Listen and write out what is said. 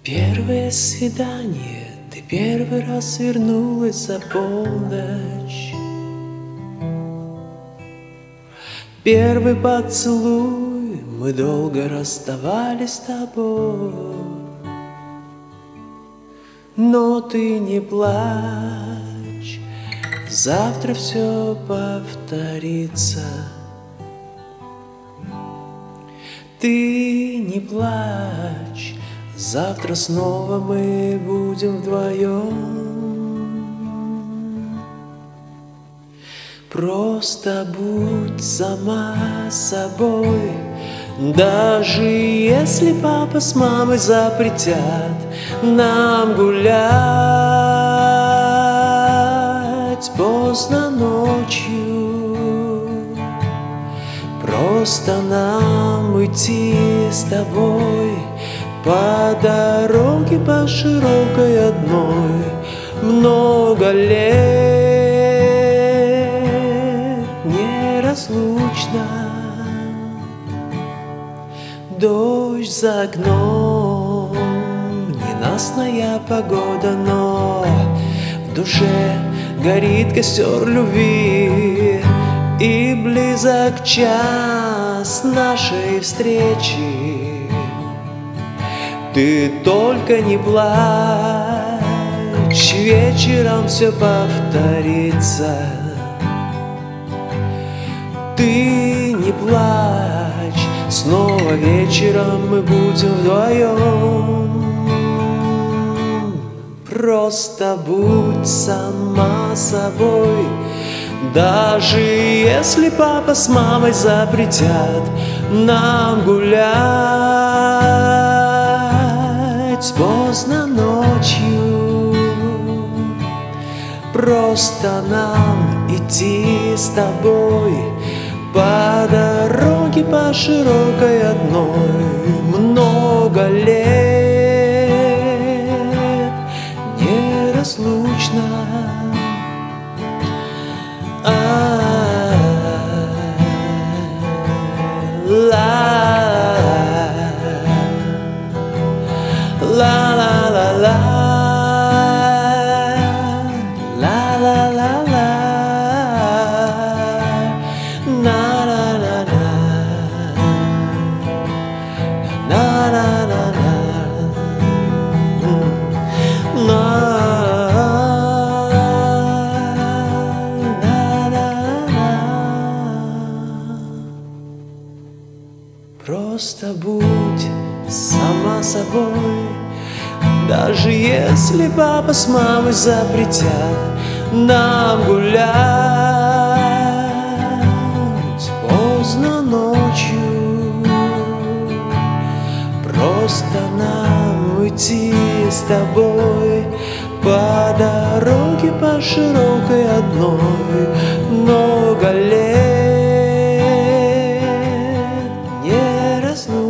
Первое свидание, ты первый раз вернулась за полночь. Первый поцелуй, мы долго расставались с тобой. Но ты не плачь, завтра все повторится. Ты не плачь, завтра снова мы будем вдвоем. Просто будь сама собой, даже если папа с мамой запретят нам гулять поздно ночью. Просто нам идти с тобой по дороге, по широкой одной, много лет неразлучно. Дождь за окном, ненастная погода, но в душе горит костер любви, и близок час нашей встречи. Ты только не плачь, вечером все повторится. Ты не плачь, снова вечером мы будем вдвоем. Просто будь сама собой, даже если папа с мамой запретят нам гулять поздно ночью. Просто нам идти с тобой по дороге, по широкой одной, много лет неразлучно. Просто будь сама собой, даже если папа с мамой запретят нам гулять поздно ночью. Просто нам уйти с тобой по дороге, по широкой одной, много лет неразлучно.